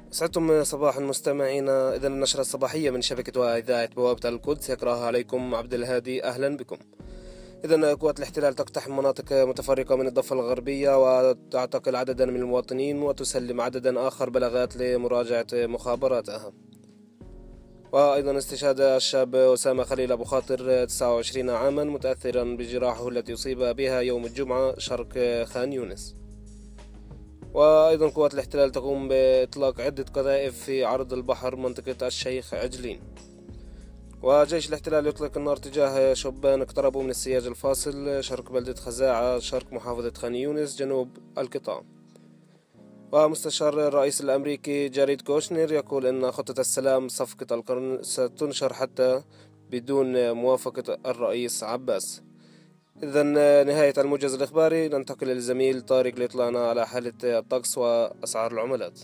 سعدتم صباح المستمعين. إذا النشرة الصباحية من شبكة وإذاعة بوابة القدس يقرأها عليكم عبد الهادي. أهلا بكم. إذا قوات الاحتلال تقتحم مناطق متفرقة من الضفة الغربية وتعتقل عددا من المواطنين وتسلم عددا آخر بلاغات لمراجعة مخابراتها. وأيضا استشهاد الشاب أسامة خليل أبو خاطر 29 عاما متأثرا بجراحه التي أصيب بها يوم الجمعة شرق خان يونس. وأيضا قوات الاحتلال تقوم بإطلاق عدة قذائف في عرض البحر منطقة الشيخ عجلين. وجيش الاحتلال يطلق النار تجاه شبان اقتربوا من السياج الفاصل شرق بلدة خزاعة شرق محافظة خان يونس جنوب القطاع. ومستشار الرئيس الأمريكي جاريد كوشنر يقول إن خطة السلام صفقة القرن ستنشر حتى بدون موافقة الرئيس عباس. إذا نهاية الموجز الإخباري، ننتقل للزميل طارق ليطلعنا على حالة الطقس وأسعار العملات.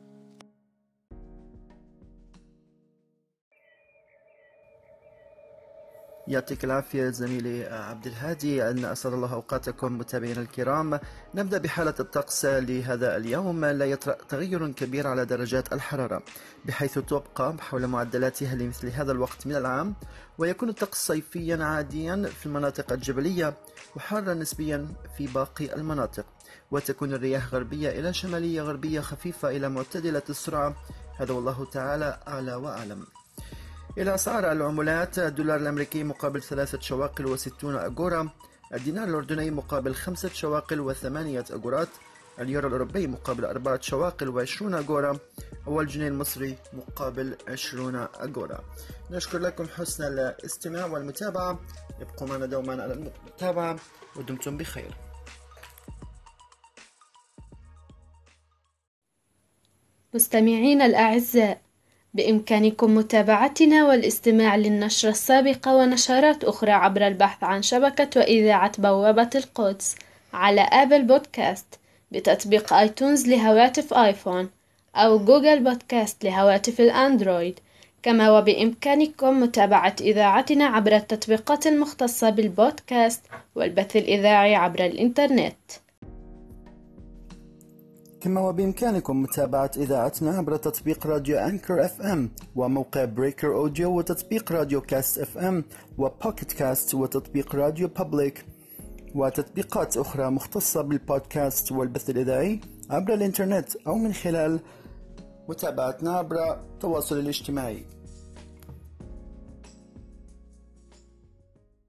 يعطيك العافية زميلي عبد الهادي، أن أسعد الله أوقاتكم متابعينا الكرام. نبدأ بحالة الطقس لهذا اليوم. لا يطرأ تغير كبير على درجات الحرارة بحيث تبقى حول معدلاتها لمثل هذا الوقت من العام، ويكون الطقس صيفيا عاديا في المناطق الجبلية وحارا نسبيا في باقي المناطق، وتكون الرياح غربية إلى شمالية غربية خفيفة إلى معتدلة السرعة. هذا والله تعالى أعلى وأعلم. إلى أسعار العملات: الدولار الأمريكي مقابل 3 شواقل و60 أغورا، الدينار الأردني مقابل 5 شواقل و8 أغورات، اليورو الأوروبي مقابل 4 شواقل و20 أغورا، والجنيه المصري مقابل 20 أغورا. نشكر لكم حسن الاستماع والمتابعة، ابقوا معنا دوما على المتابعة ودمتم بخير. مستمعين الأعزاء، بإمكانكم متابعتنا والاستماع للنشرة السابقة ونشرات أخرى عبر البحث عن شبكة وإذاعة بوابة القدس على آبل بودكاست بتطبيق آيتونز لهواتف آيفون أو جوجل بودكاست لهواتف الأندرويد. كما وبإمكانكم متابعة إذاعتنا عبر التطبيقات المختصة بالبودكاست والبث الإذاعي عبر الإنترنت. كما وبإمكانكم متابعة إذاعتنا عبر تطبيق راديو أنكر اف ام وموقع بريكر أوديو وتطبيق راديو كاست اف ام وبوكيت كاست وتطبيق راديو بابليك وتطبيقات أخرى مختصة بالبودكاست والبث الإذاعي عبر الإنترنت أو من خلال متابعتنا عبر التواصل الاجتماعي.